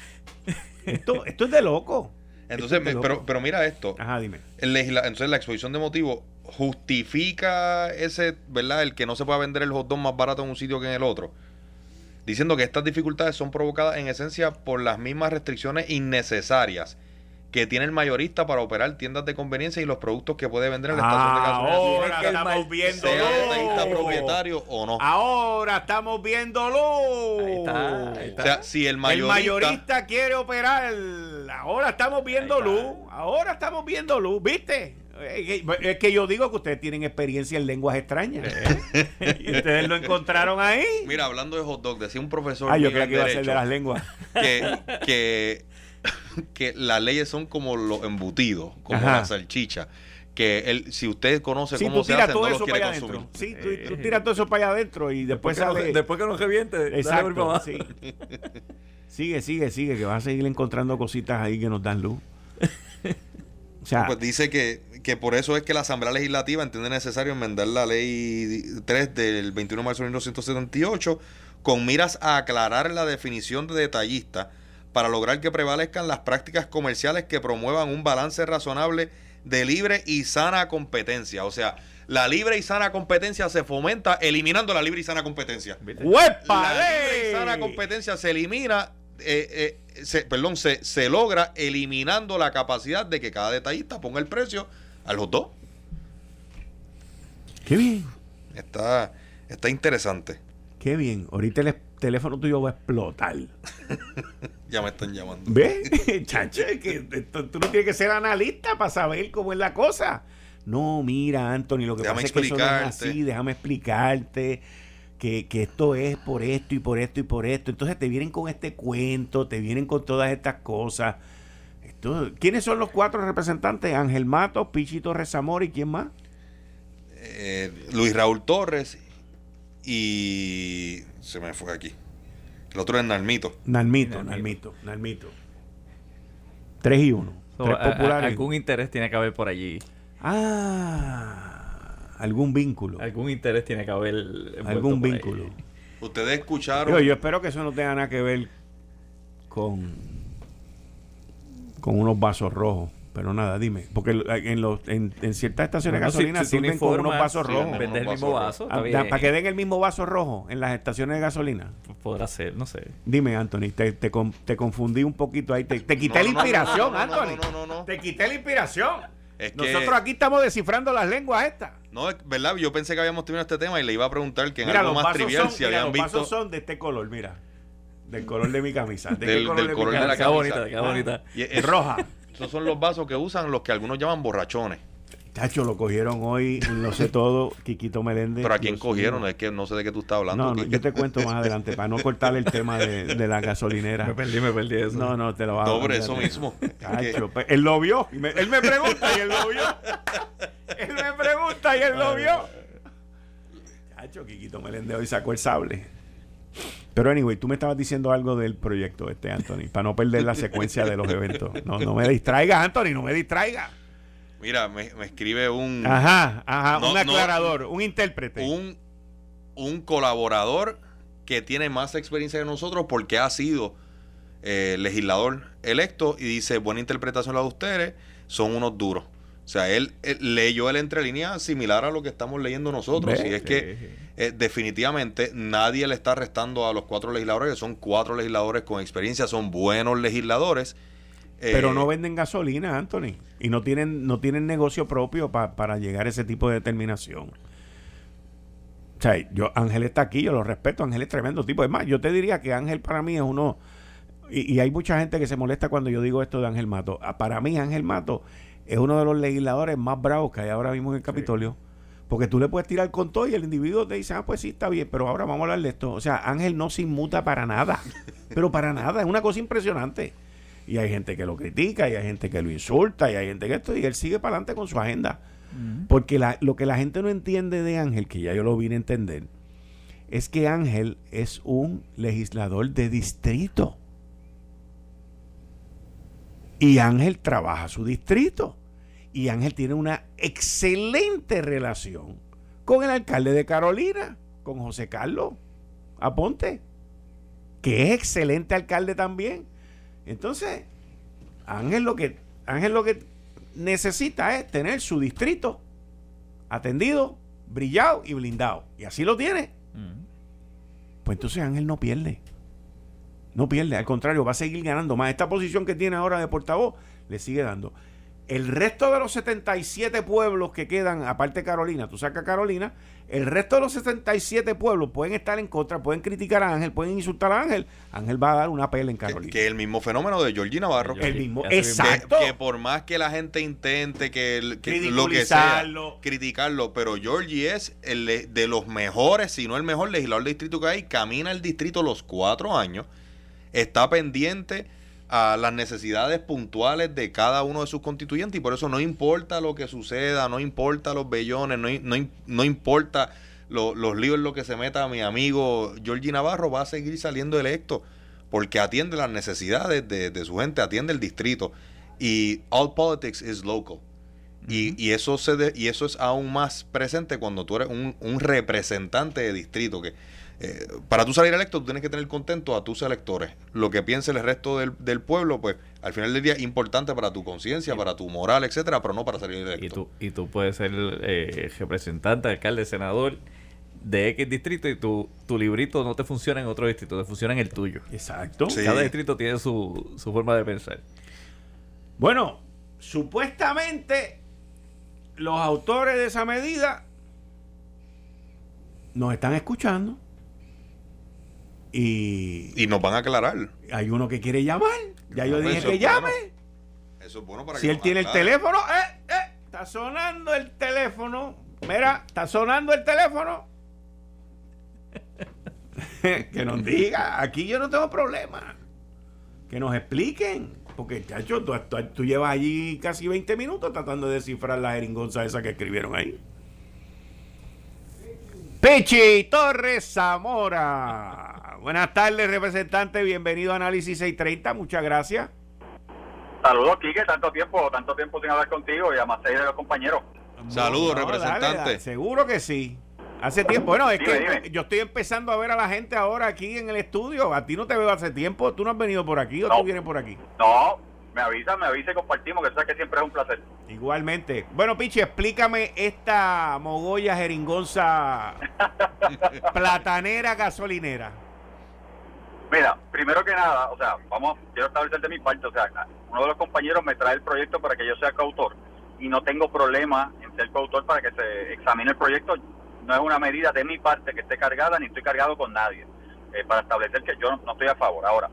Speaker 2: esto, esto es de loco.
Speaker 5: Entonces, me, pero, pero mira esto.
Speaker 2: Ajá, dime.
Speaker 5: El legisla, entonces la exposición de motivos justifica ese, ¿verdad? El que no se pueda vender el hot dog más barato en un sitio que en el otro, diciendo que estas dificultades son provocadas en esencia por las mismas restricciones innecesarias que tiene el mayorista para operar tiendas de conveniencia y los productos que puede vender en la
Speaker 2: ah,
Speaker 5: estación de gasolina.
Speaker 2: Ahora estamos viéndolo.
Speaker 5: Sea detallista propietario o no.
Speaker 2: Ahora estamos viéndolo.
Speaker 4: Ahí está, ahí está.
Speaker 5: O sea, si el mayorista,
Speaker 2: el mayorista quiere operar, ahora estamos viendo luz. Ahora estamos viendo luz, ¿viste? Es que yo digo que ustedes tienen experiencia en lenguas extrañas. Y ustedes lo encontraron ahí.
Speaker 5: Mira, hablando de hot dog, decía un profesor.
Speaker 2: Ah, yo creía que iba a ser de las lenguas.
Speaker 5: Que, que, que las leyes son como los embutidos, como
Speaker 2: Ajá.
Speaker 5: la salchicha. Que él, si usted conoce
Speaker 2: sí,
Speaker 5: cómo se hace, no los quiere consumir.
Speaker 2: Sí, tú, tú tiras todo eso para allá adentro y después,
Speaker 4: después
Speaker 2: sale.
Speaker 4: Que no, después que no reviente.
Speaker 2: Exacto. Sí. Sigue, sigue, sigue, que vas a seguir encontrando cositas ahí que nos dan luz. O sea,
Speaker 5: pues dice que, que por eso es que la Asamblea Legislativa entiende necesario enmendar la ley tres del veintiuno de marzo de mil novecientos setenta y ocho con miras a aclarar la definición de detallista para lograr que prevalezcan las prácticas comerciales que promuevan un balance razonable de libre y sana competencia. O sea, la libre y sana competencia se fomenta eliminando la libre y sana competencia.
Speaker 2: ¡Huepa!
Speaker 5: La libre y sana competencia se elimina Eh, eh, se, perdón, se, se logra eliminando la capacidad de que cada detallista ponga el precio a los dos.
Speaker 2: Qué bien.
Speaker 5: Está, está interesante.
Speaker 2: Qué bien. Ahorita el teléfono tuyo va a explotar.
Speaker 5: Ya me están llamando.
Speaker 2: ¿Ves? Chacho, es que esto, tú no tienes que ser analista para saber cómo es la cosa. No, mira, Anthony, lo que
Speaker 5: Déjame
Speaker 2: pasa es que eso no es así. Déjame explicarte. Que, que esto es por esto y por esto y por esto. Entonces te vienen con este cuento, te vienen con todas estas cosas. Esto, ¿quiénes son los cuatro representantes? Ángel Matos, Pichito Rezamora y ¿quién más?
Speaker 5: Eh, Luis Raúl Torres y se me fue aquí. El otro es Nalmito.
Speaker 2: Nalmito, Nalmito, Nalmito. Tres y uno.
Speaker 4: So,
Speaker 2: Tres
Speaker 4: a,
Speaker 2: populares.
Speaker 4: A, algún interés tiene que haber por allí.
Speaker 2: Ah, algún vínculo.
Speaker 4: Algún interés tiene que haber.
Speaker 2: Algún vínculo.
Speaker 4: Ahí.
Speaker 5: Ustedes escucharon.
Speaker 2: Yo, yo espero que eso no tenga nada que ver con con unos vasos rojos. Pero nada, dime. Porque en, los, en, en ciertas estaciones
Speaker 4: Bueno,
Speaker 2: de gasolina
Speaker 4: si, si
Speaker 2: sirven con unos vasos
Speaker 5: sí,
Speaker 2: rojos.
Speaker 4: Vender el mismo vaso.
Speaker 2: Ah, para que den el mismo vaso rojo en las estaciones de gasolina.
Speaker 4: Podrá ser, no sé.
Speaker 2: Dime, Anthony, te, te, te confundí un poquito ahí. Te, te quité
Speaker 5: No,
Speaker 2: la
Speaker 5: no,
Speaker 2: inspiración,
Speaker 5: no, no, no,
Speaker 2: Anthony.
Speaker 5: no, no, no, no.
Speaker 2: Te quité la inspiración.
Speaker 5: Es que-
Speaker 2: Nosotros aquí estamos descifrando las lenguas estas.
Speaker 5: No, es verdad, yo pensé que habíamos terminado este tema y le iba a preguntar que en
Speaker 2: Mira,
Speaker 5: algo
Speaker 2: los
Speaker 5: más
Speaker 2: vasos
Speaker 5: trivial
Speaker 2: son,
Speaker 5: si
Speaker 2: mira,
Speaker 5: habían
Speaker 2: los
Speaker 5: visto.
Speaker 2: vasos son de este color, mira. Del color de mi camisa. ¿De
Speaker 5: Del-
Speaker 2: qué color
Speaker 5: del
Speaker 2: de mi
Speaker 5: color de
Speaker 2: camisa?
Speaker 5: la
Speaker 4: Queda
Speaker 5: camisa.
Speaker 4: bonita, queda
Speaker 2: Ah.
Speaker 4: bonita.
Speaker 5: Y es-
Speaker 2: Roja.
Speaker 5: Esos son los vasos que usan los que algunos llaman borrachones.
Speaker 2: Tacho, lo cogieron hoy, lo sé todo, Quiquito Meléndez.
Speaker 5: Pero a quién
Speaker 2: Dios
Speaker 5: cogieron,
Speaker 2: mío.
Speaker 5: es que no sé de qué tú estás hablando.
Speaker 2: No, no,
Speaker 5: Quique.
Speaker 2: yo te cuento más adelante para no cortar el tema de, de la gasolinera.
Speaker 4: Me perdí, me perdí eso.
Speaker 2: No, no, te lo va a
Speaker 5: No, por
Speaker 2: olvidar.
Speaker 5: eso mismo.
Speaker 2: Tacho, pues, él lo vio. y me- él me pregunta y él lo vio. Él me pregunta y él lo vio. Tacho, Quiquito Meléndez hoy sacó el sable. Pero anyway, tú me estabas diciendo algo del proyecto este, Anthony, para no perder la secuencia de los eventos. No, no me distraigas, Anthony, no me distraigas.
Speaker 5: Mira, me, me escribe un,
Speaker 2: Ajá, ajá,
Speaker 5: No,
Speaker 2: un
Speaker 5: no,
Speaker 2: aclarador, un intérprete.
Speaker 5: un, un colaborador que tiene más experiencia que nosotros porque ha sido eh, legislador electo y dice, buena interpretación la de ustedes, son unos duros. O sea, él, él leyó el entre líneas similar a lo que estamos leyendo nosotros.
Speaker 2: Ve,
Speaker 5: Y es que eh, definitivamente nadie le está restando a los cuatro legisladores, que son cuatro legisladores con experiencia, son buenos legisladores. Eh,
Speaker 2: Pero no venden gasolina, Anthony. Y no tienen, no tienen negocio propio pa- para llegar a ese tipo de determinación. O sea, yo, Ángel está aquí, yo lo respeto. Ángel es tremendo tipo. Es más, yo te diría que Ángel para mí es uno. Y, y hay mucha gente que se molesta cuando yo digo esto de Ángel Mato. Ah, Para mí, Ángel Mato es uno de los legisladores más bravos que hay ahora mismo en el Capitolio. Porque tú le puedes tirar con todo y el individuo te dice, ah, pues sí, está bien, pero ahora vamos a hablar de esto. O sea, Ángel no se inmuta para nada. Pero para nada. Es una cosa impresionante. Y hay gente que lo critica, y hay gente que lo insulta, y hay gente que esto, y él sigue para adelante con su agenda. Uh-huh. Porque la, lo que la gente no entiende de Ángel, que ya yo lo vine a entender, es que Ángel es un legislador de distrito. Y Ángel trabaja su distrito. Y Ángel tiene una excelente relación con el alcalde de Carolina, con José Carlos Aponte, que es excelente alcalde también. Entonces, Ángel lo que Ángel lo que necesita es tener su distrito atendido, brillado y blindado. Y así lo tiene. Uh-huh. Pues entonces Ángel no pierde. No pierde, al contrario, va a seguir ganando más. Esta posición que tiene ahora de portavoz le sigue dando. El resto de los setenta y siete pueblos que quedan, aparte de Carolina, tú sacas Carolina, el resto de los setenta y siete pueblos pueden estar en contra, pueden criticar a Ángel, pueden insultar a Ángel. Ángel va a dar una pela en Carolina.
Speaker 5: Que es el mismo fenómeno de Georgie Navarro.
Speaker 2: El mismo, exacto.
Speaker 5: Que, que por más que la gente intente que, que lo que sea, criticarlo, pero Georgie es el de los mejores, si no el mejor legislador de distrito que hay, camina el distrito los cuatro años, está pendiente a las necesidades puntuales de cada uno de sus constituyentes y por eso no importa lo que suceda, no importa los bellones, no, no, no importa lo, los líos en lo que se meta mi amigo Georgie Navarro, va a seguir saliendo electo porque atiende las necesidades de, de su gente, atiende el distrito y all politics is local. Uh-huh. y, y, eso se de, y eso es aún más presente cuando tú eres un, un representante de distrito que Eh, para tú salir electo, tú tienes que tener contento a tus electores. Lo que piense el resto del, del pueblo, pues al final del día es importante para tu conciencia, para tu moral, etcétera, pero no para salir electo.
Speaker 4: Y tú, y tú puedes ser eh, representante, alcalde, senador de X distrito y tu, tu librito no te funciona en otro distrito, te funciona en el tuyo.
Speaker 2: Exacto.
Speaker 4: Sí. Cada distrito tiene su, su forma de pensar.
Speaker 2: Bueno, supuestamente los autores de esa medida nos están escuchando. Y,
Speaker 5: y nos van a aclarar.
Speaker 2: Hay uno que quiere llamar. Ya yo dije que llame.
Speaker 5: Eso es bueno para
Speaker 2: si
Speaker 5: que
Speaker 2: él tiene aclare. El teléfono, eh, eh, está sonando el teléfono. Mira, está sonando el teléfono. Que nos diga. Aquí yo no tengo problema. Que nos expliquen. Porque, chacho, tú, tú, tú llevas allí casi veinte minutos tratando de descifrar la jeringonza esa que escribieron ahí. Pichi Torres Zamora. Buenas tardes, representante. Bienvenido a Análisis seiscientos treinta. Muchas gracias.
Speaker 6: Saludos, Quique. Tanto tiempo, tanto tiempo sin hablar contigo y a más seis de los compañeros.
Speaker 5: Saludos,
Speaker 2: no,
Speaker 5: representante.
Speaker 2: Dale, dale. Seguro que sí. Hace tiempo. Bueno, es
Speaker 6: dime,
Speaker 2: que
Speaker 6: dime.
Speaker 2: yo estoy empezando a ver a la gente ahora aquí en el estudio. A ti no te veo hace tiempo. ¿Tú no has venido por aquí o
Speaker 6: no.
Speaker 2: tú vienes por aquí?
Speaker 6: No, me avisa, me avisa y compartimos, que sabes que siempre es un placer.
Speaker 2: Igualmente. Bueno, Pichi, explícame esta mogolla jeringonza platanera gasolinera.
Speaker 6: Mira, primero que nada, o sea, vamos, quiero establecer de mi parte, o sea, uno de los compañeros me trae el proyecto para que yo sea coautor y no tengo problema en ser coautor para que se examine el proyecto. No es una medida de mi parte que esté cargada, ni estoy cargado con nadie, eh, para establecer que yo no, no estoy a favor. Ahora,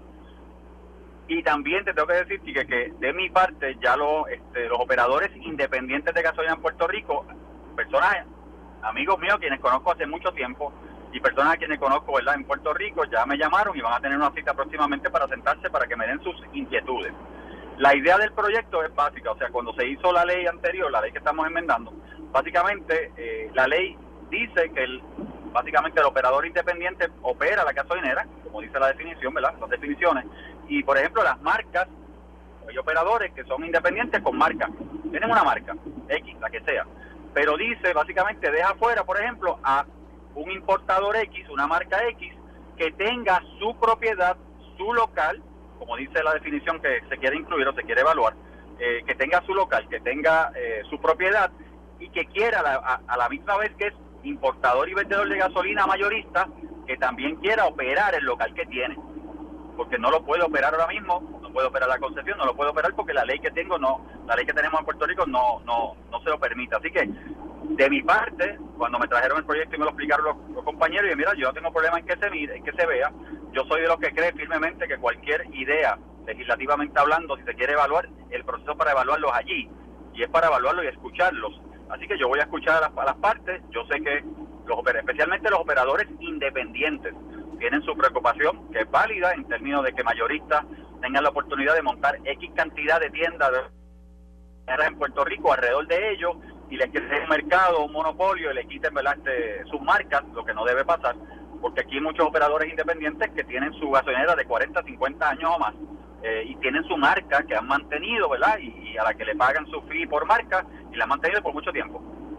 Speaker 6: y también te tengo que decir que, que de mi parte ya lo, este, los operadores independientes de gasolina en Puerto Rico, personas, amigos míos quienes conozco hace mucho tiempo y personas a quienes conozco, ¿verdad?, en Puerto Rico, ya me llamaron y van a tener una cita próximamente para sentarse para que me den sus inquietudes. La idea del proyecto es básica, o sea, cuando se hizo la ley anterior, la ley que estamos enmendando, básicamente eh, la ley dice que el básicamente el operador independiente opera la gasolinera, como dice la definición, ¿verdad?, las definiciones, y por ejemplo las marcas, hay operadores que son independientes con marca, tienen una marca, X, la que sea, pero dice, básicamente deja fuera, por ejemplo, a un importador X, una marca X, que tenga su propiedad, su local, como dice la definición que se quiere incluir o se quiere evaluar, eh, que tenga su local, que tenga eh, su propiedad y que quiera a, a, a la misma vez que es importador y vendedor de gasolina mayorista, que también quiera operar el local que tiene, porque no lo puede operar ahora mismo, no puede operar la concesión, no lo puede operar porque la ley que tengo, no, la ley que tenemos en Puerto Rico no, no, no se lo permite. Así que, de mi parte, cuando me trajeron el proyecto y me lo explicaron los, los compañeros, y mira, yo no tengo problema en que se mire, en que se vea, yo soy de los que cree firmemente que cualquier idea, legislativamente hablando, si se quiere evaluar, el proceso para evaluarlos allí, y es para evaluarlos y escucharlos. Así que yo voy a escuchar a las, a las partes. Yo sé que los especialmente los operadores independientes tienen su preocupación, que es válida en términos de que mayoristas tengan la oportunidad de montar X cantidad de tiendas de, en Puerto Rico alrededor de ellos y les quiten un mercado, un monopolio y le quiten, ¿verdad?, este, sus marcas, lo que no debe pasar, porque aquí hay muchos operadores independientes que tienen su gasolinera de cuarenta, cincuenta años o más, eh, y tienen su marca que han mantenido, ¿verdad?, y, y a la que le pagan su fee por marca y la han mantenido por mucho tiempo.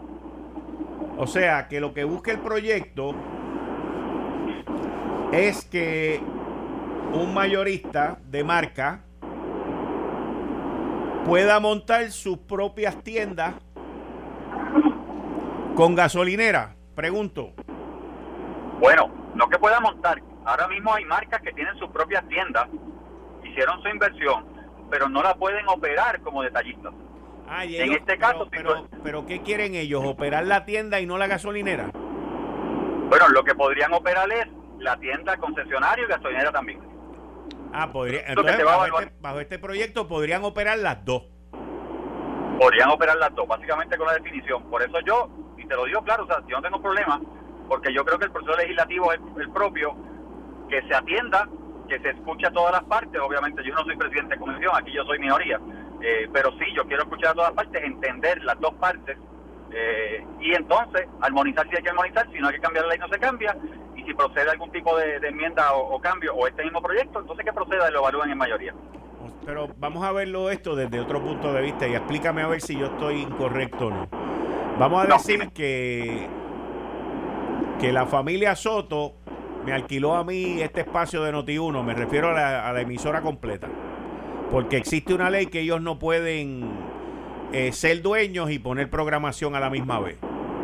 Speaker 2: O sea, que lo que busca el proyecto es que un mayorista de marca pueda montar sus propias tiendas con gasolinera. Pregunto.
Speaker 6: Bueno, no que pueda montar, ahora mismo hay marcas que tienen sus propias tiendas, hicieron su inversión, pero no la pueden operar como detallistas.
Speaker 2: Ah, y
Speaker 6: en
Speaker 2: ellos,
Speaker 6: este caso,
Speaker 2: pero, pero,
Speaker 6: si
Speaker 2: pero ¿qué quieren ellos? ¿Operar la tienda y no la gasolinera?
Speaker 6: Bueno, lo que podrían operar es la tienda, concesionario y gasolinera también.
Speaker 2: Ah, podría, entonces bajo este, bajo este proyecto podrían operar las dos.
Speaker 6: Podrían operar las dos, básicamente con la definición. Por eso yo, y te lo digo claro, o sea, yo no tengo problema, porque yo creo que el proceso legislativo es el propio, que se atienda, que se escuche a todas las partes. Obviamente yo no soy presidente de comisión, aquí yo soy minoría, eh, pero sí, yo quiero escuchar a todas partes, entender las dos partes, eh, y entonces armonizar si hay que armonizar, si no hay que cambiar la ley no se cambia, y si procede algún tipo de, de enmienda o, o cambio, o este mismo proyecto, entonces que proceda y lo evalúen en mayoría.
Speaker 2: Pero vamos a verlo esto desde otro punto de vista y explícame a ver si yo estoy incorrecto o no. Vamos a decir no. que, que la familia Soto me alquiló a mí este espacio de Noti uno, me refiero a la, a la emisora completa, porque existe una ley que ellos no pueden eh, ser dueños y poner programación a la misma vez.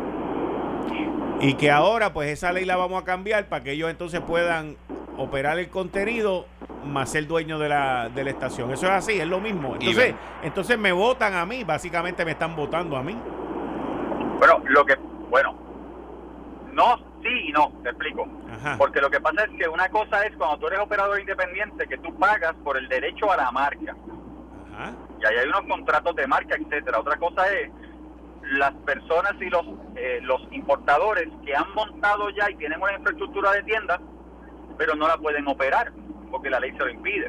Speaker 2: Y que ahora pues esa ley la vamos a cambiar para que ellos entonces puedan operar el contenido más ser dueño de la, de la estación. Eso es así, es lo mismo. Entonces, entonces me votan a mí, básicamente me están votando a mí.
Speaker 6: Bueno, lo que, bueno, no, sí y no, te explico.
Speaker 2: Ajá.
Speaker 6: Porque lo que pasa es que una cosa es cuando tú eres operador independiente, que tú pagas por el derecho a la marca.
Speaker 2: Ajá.
Speaker 6: Y ahí hay unos contratos de marca, etcétera. Otra cosa es las personas y los eh, los importadores que han montado ya y tienen una infraestructura de tienda, pero no la pueden operar porque la ley se lo impide.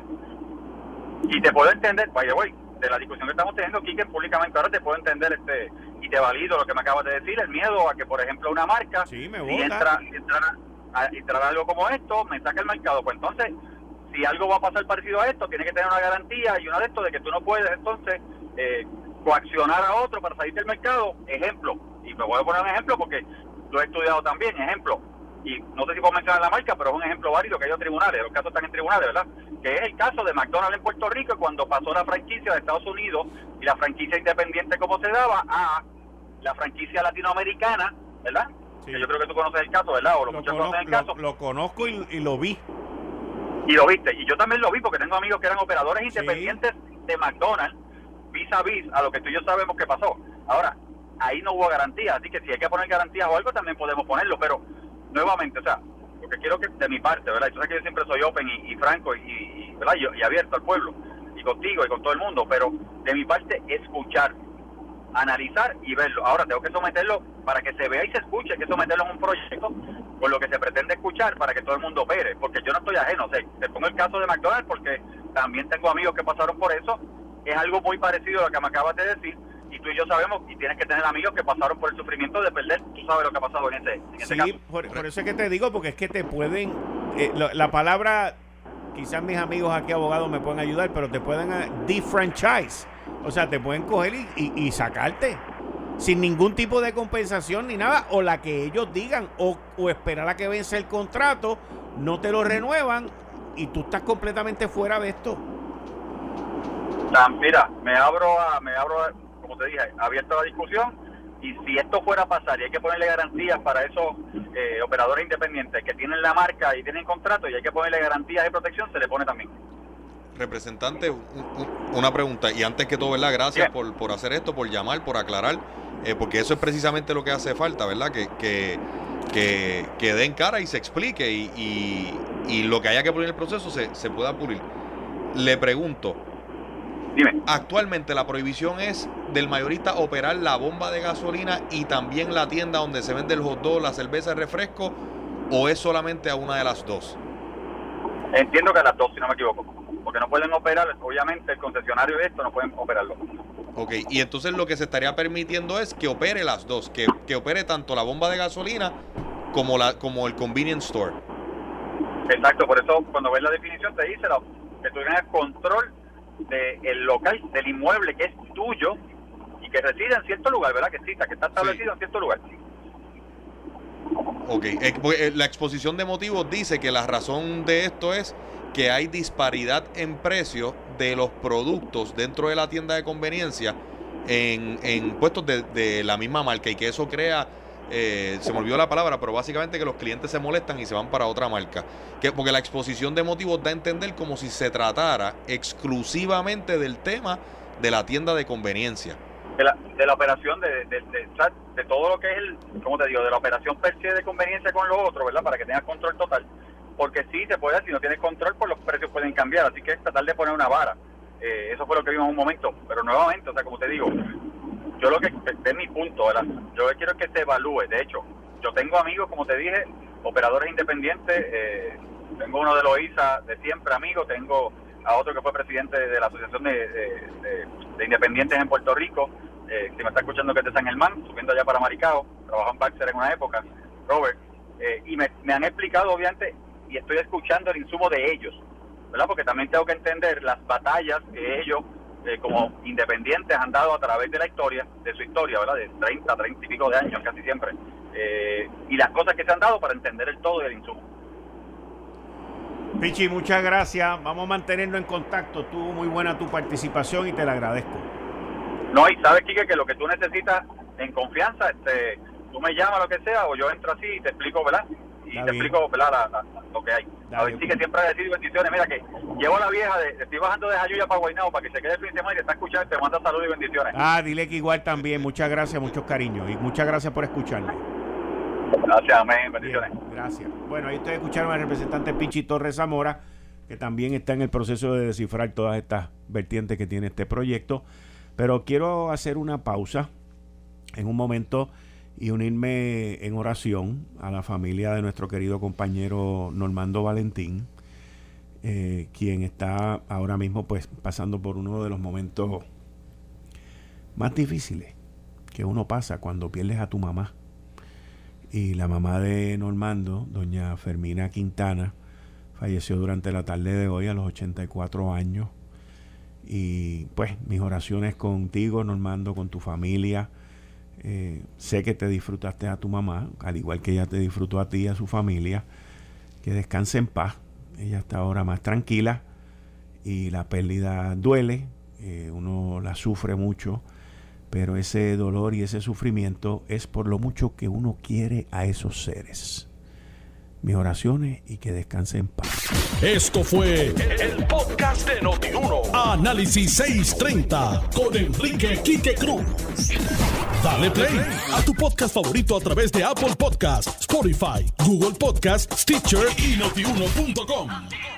Speaker 6: Y te puedo entender, vaya voy, de la discusión que estamos teniendo aquí, que públicamente ahora te puedo entender este y te valido lo que me acabas de decir, el miedo a que, por ejemplo, una marca,
Speaker 2: sí, me
Speaker 6: si entra, si entra a, entrar algo como esto, me saca el mercado. Pues entonces, si algo va a pasar parecido a esto, tiene que tener una garantía y una de esto de que tú no puedes entonces eh, coaccionar a otro para salir del mercado. Ejemplo, y me voy a poner un ejemplo porque lo he estudiado también, ejemplo, y no sé si puedo mencionar la marca, pero es un ejemplo válido que hay en tribunales, los casos están en tribunales, ¿verdad? Que es el caso de McDonald's en Puerto Rico, cuando pasó la franquicia de Estados Unidos y la franquicia independiente como se daba a la franquicia latinoamericana, ¿verdad? Sí. Que yo creo que tú conoces el caso, ¿verdad? O los muchachos conocen el caso.
Speaker 2: Lo, lo conozco y, y lo vi.
Speaker 6: Y lo viste, y yo también lo vi porque tengo amigos que eran operadores independientes sí. de McDonald's, vis a vis a lo que tú y yo sabemos que pasó. Ahora, ahí no hubo garantía, así que si hay que poner garantías o algo también podemos ponerlo, pero nuevamente, o sea, porque quiero que de mi parte, ¿verdad? Yo sé que yo siempre soy open y, y franco y, y, ¿verdad? Y, y abierto al pueblo, y contigo y con todo el mundo, pero de mi parte escuchar, analizar y verlo. Ahora tengo que someterlo para que se vea y se escuche, hay que someterlo en un proyecto con lo que se pretende escuchar para que todo el mundo opere, porque yo no estoy ajeno, o sea, te pongo el caso de McDonald's porque también tengo amigos que pasaron por eso, es algo muy parecido a lo que me acabas de decir, y tú y yo sabemos, y tienes que tener amigos que pasaron por el sufrimiento de perder, tú sabes lo que ha pasado en ese, en ese
Speaker 2: sí,
Speaker 6: caso.
Speaker 2: Por, por eso es que te digo, porque es que te pueden, eh, lo, la palabra, quizás mis amigos aquí abogados me pueden ayudar, pero te pueden defranchise, o sea, te pueden coger y, y, y sacarte, sin ningún tipo de compensación ni nada, o la que ellos digan, o, o esperar a que vence el contrato, no te lo renuevan, y tú estás completamente fuera de esto.
Speaker 6: Mira, me abro a, me abro a, como te dije, abierto a la discusión, y si esto fuera a pasar y hay que ponerle garantías para esos eh, operadores independientes que tienen la marca y tienen contrato y hay que ponerle garantías de protección, se le pone también.
Speaker 5: Representante, un, un, una pregunta, y antes que todo, ¿verdad? Gracias por, por hacer esto, por llamar, por aclarar, eh, porque eso es precisamente lo que hace falta, ¿verdad? Que, que, que, que den cara y se explique y, y, y lo que haya que poner en el proceso se, se pueda pulir. Le pregunto,
Speaker 6: dime.
Speaker 5: Actualmente la prohibición es del mayorista operar la bomba de gasolina y también la tienda donde se vende el hot dog, la cerveza, el refresco, ¿o es solamente a una de las dos?
Speaker 6: Entiendo que a las dos, si no me equivoco, porque no pueden operar, obviamente el concesionario de esto no pueden operarlo.
Speaker 5: Ok, y entonces lo que se estaría permitiendo es que opere las dos, que, que opere tanto la bomba de gasolina como la como el convenience store.
Speaker 6: Exacto, por eso cuando ves la definición te dice la, que tú tienes control del local, del inmueble que es tuyo y que reside en cierto lugar, ¿verdad? Que exista, que está establecido sí. en cierto lugar.
Speaker 5: Ok, la exposición de motivos dice que la razón de esto es que hay disparidad en precio de los productos dentro de la tienda de conveniencia en, en puestos de, de la misma marca y que eso crea eh, se me olvidó la palabra, pero básicamente que los clientes se molestan y se van para otra marca. Que, porque la exposición de motivos da a entender como si se tratara exclusivamente del tema de la tienda de conveniencia.
Speaker 6: De la, de la operación, de, de, de, de todo lo que es el, ¿cómo te digo? De la operación per se de conveniencia con lo otro, ¿verdad? Para que tengas control total. Porque sí, se puede, si no tienes control, pues los precios pueden cambiar. Así que es tratar de poner una vara. Eh, eso fue lo que vimos en un momento. Pero nuevamente, o sea, como te digo, yo lo que, de mi punto, ¿verdad? Yo quiero que se evalúe. De hecho, yo tengo amigos, como te dije, operadores independientes. Eh, tengo uno de los I S A de siempre amigos. Tengo a otro que fue presidente de la Asociación de, de, de, de Independientes en Puerto Rico. Eh, si me está escuchando, que es de San Germán, subiendo allá para Maricao. Trabajó en Baxter en una época, Robert. Eh, y me, me han explicado, obviamente, y estoy escuchando el insumo de ellos, ¿verdad? Porque también tengo que entender las batallas que ellos, eh, como independientes, han dado a través de la historia, de su historia, ¿verdad? De treinta, treinta y pico de años, casi siempre. Eh, y las cosas que se han dado para entender el todo del insumo.
Speaker 2: Pichi, muchas gracias. Vamos a mantenernos en contacto. Tuvo muy buena tu participación y te la agradezco.
Speaker 6: No, y sabes, Quique, que lo que tú necesitas en confianza, este, tú me llamas, lo que sea, o yo entro así y te explico, ¿verdad? Y Está te bien. explico, ¿verdad? La, la, la, lo que hay. Está a ver, sí, que siempre ha decidido bendiciones. Mira que llevo a la vieja, de, estoy bajando de Jayuya para Guaynabo para que se quede el fin de semana y te está escuchando y te manda saludos y bendiciones.
Speaker 2: Ah, dile que igual también. Muchas gracias, muchos cariños. Y muchas gracias por escucharme.
Speaker 6: Gracias, amén, bendiciones.
Speaker 2: Bien, gracias. Bueno, ahí ustedes escucharon al representante Pichi Torres Zamora, que también está en el proceso de descifrar todas estas vertientes que tiene este proyecto. Pero quiero hacer una pausa en un momento y unirme en oración a la familia de nuestro querido compañero Normando Valentín, eh, quien está ahora mismo pues pasando por uno de los momentos más difíciles que uno pasa cuando pierdes a tu mamá. Y la mamá de Normando, doña Fermina Quintana, falleció durante la tarde de hoy a los ochenta y cuatro años. Y pues mis oraciones contigo, Normando, con tu familia. Eh, sé que te disfrutaste a tu mamá, al igual que ella te disfrutó a ti y a su familia. Que descanse en paz. Ella está ahora más tranquila y la pérdida duele, eh, uno la sufre mucho, pero ese dolor y ese sufrimiento es por lo mucho que uno quiere a esos seres. Mis oraciones y que descanse en paz.
Speaker 1: Esto fue el podcast de Noti uno. Análisis seiscientos treinta con Enrique Quique Cruz. Dale play a tu podcast favorito a través de Apple Podcasts, Spotify, Google Podcasts, Stitcher y notiuno punto com.